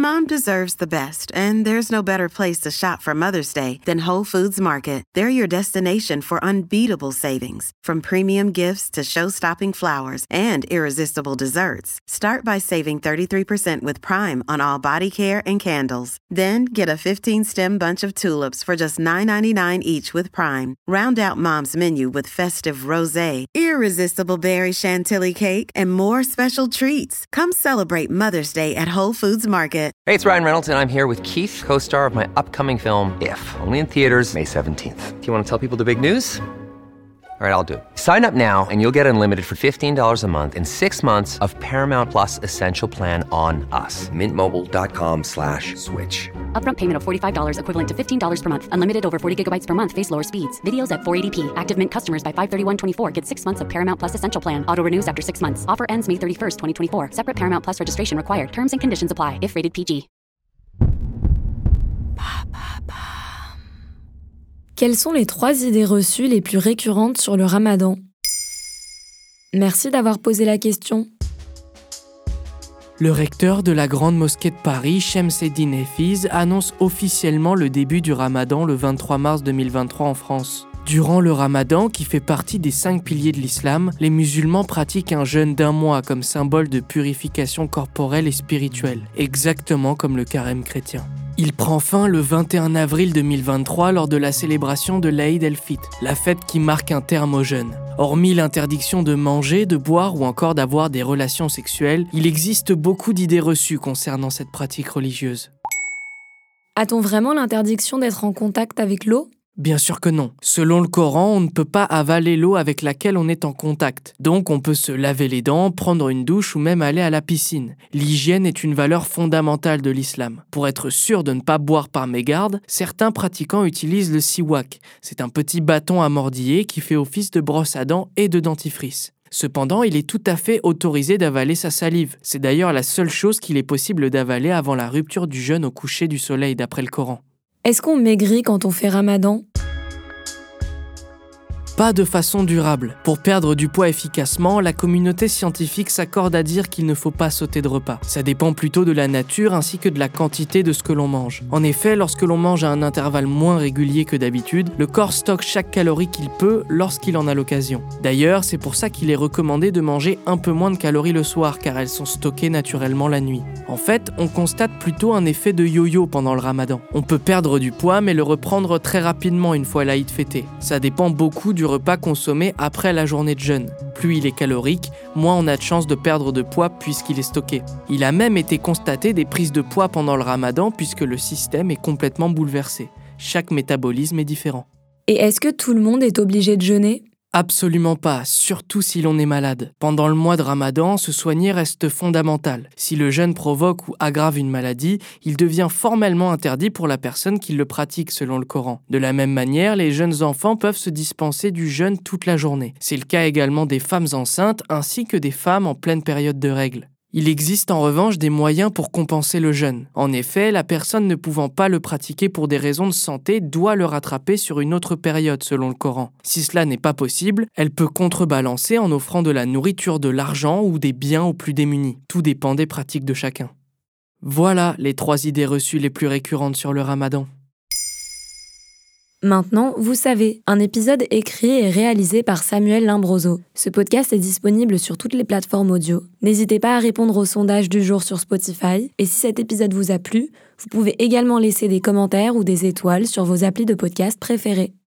Mom deserves the best, and there's no better place to shop for Mother's Day than Whole Foods Market. They're your destination for unbeatable savings, from premium gifts to show-stopping flowers and irresistible desserts. Start by saving 33% with Prime on all body care and candles. Then get a 15-stem bunch of tulips for just $9.99 each with Prime. Round out Mom's menu with festive rosé, irresistible berry chantilly cake, and more special treats. Come celebrate Mother's Day at Whole Foods Market. Hey, it's Ryan Reynolds, and I'm here with Keith, co-star of my upcoming film, If, only in theaters May 17th. Do you want to tell people the big news? All right, I'll do it. Sign up now and you'll get unlimited for $15 a month and 6 months of Paramount Plus Essential Plan on us. MintMobile.com/switch. Upfront payment of $45 equivalent to $15 per month. Unlimited over 40 gigabytes per month. Face lower speeds. Videos at 480p. Active Mint customers by 531.24 get 6 months of Paramount Plus Essential Plan. Auto renews after 6 months. Offer ends May 31st, 2024. Separate Paramount Plus registration required. Terms and conditions apply if rated PG. Quelles sont les 3 idées reçues les plus récurrentes sur le Ramadan ? Merci d'avoir posé la question. Le recteur de la Grande Mosquée de Paris, Shemseddine Hefeez, annonce officiellement le début du Ramadan le 23 mars 2023 en France. Durant le Ramadan, qui fait partie des 5 piliers de l'islam, les musulmans pratiquent un jeûne d'1 mois comme symbole de purification corporelle et spirituelle, exactement comme le carême chrétien. Il prend fin le 21 avril 2023 lors de la célébration de l'Aïd el-Fitr, la fête qui marque un terme au jeûne. Hormis l'interdiction de manger, de boire ou encore d'avoir des relations sexuelles, il existe beaucoup d'idées reçues concernant cette pratique religieuse. A-t-on vraiment l'interdiction d'être en contact avec l'eau ? Bien sûr que non. Selon le Coran, on ne peut pas avaler l'eau avec laquelle on est en contact. Donc on peut se laver les dents, prendre une douche ou même aller à la piscine. L'hygiène est une valeur fondamentale de l'islam. Pour être sûr de ne pas boire par mégarde, certains pratiquants utilisent le siwak. C'est un petit bâton à mordiller qui fait office de brosse à dents et de dentifrice. Cependant, il est tout à fait autorisé d'avaler sa salive. C'est d'ailleurs la seule chose qu'il est possible d'avaler avant la rupture du jeûne au coucher du soleil d'après le Coran. Est-ce qu'on maigrit quand on fait Ramadan ? Pas de façon durable. Pour perdre du poids efficacement, la communauté scientifique s'accorde à dire qu'il ne faut pas sauter de repas. Ça dépend plutôt de la nature ainsi que de la quantité de ce que l'on mange. En effet, lorsque l'on mange à un intervalle moins régulier que d'habitude, le corps stocke chaque calorie qu'il peut lorsqu'il en a l'occasion. D'ailleurs, c'est pour ça qu'il est recommandé de manger un peu moins de calories le soir car elles sont stockées naturellement la nuit. En fait, on constate plutôt un effet de yo-yo pendant le Ramadan. On peut perdre du poids mais le reprendre très rapidement une fois l'Aïd fêté. Ça dépend beaucoup du repas consommé après la journée de jeûne. Plus il est calorique, moins on a de chances de perdre de poids puisqu'il est stocké. Il a même été constaté des prises de poids pendant le Ramadan puisque le système est complètement bouleversé. Chaque métabolisme est différent. Et est-ce que tout le monde est obligé de jeûner ? Absolument pas, surtout si l'on est malade. Pendant le mois de Ramadan, se soigner reste fondamental. Si le jeûne provoque ou aggrave une maladie, il devient formellement interdit pour la personne qui le pratique selon le Coran. De la même manière, les jeunes enfants peuvent se dispenser du jeûne toute la journée. C'est le cas également des femmes enceintes ainsi que des femmes en pleine période de règles. Il existe en revanche des moyens pour compenser le jeûne. En effet, la personne ne pouvant pas le pratiquer pour des raisons de santé doit le rattraper sur une autre période selon le Coran. Si cela n'est pas possible, elle peut contrebalancer en offrant de la nourriture, de l'argent ou des biens aux plus démunis. Tout dépend des pratiques de chacun. Voilà les 3 idées reçues les plus récurrentes sur le Ramadan. Maintenant, vous savez, un épisode écrit et réalisé par Samuel Limbroso. Ce podcast est disponible sur toutes les plateformes audio. N'hésitez pas à répondre au sondage du jour sur Spotify. Et si cet épisode vous a plu, vous pouvez également laisser des commentaires ou des étoiles sur vos applis de podcast préférés.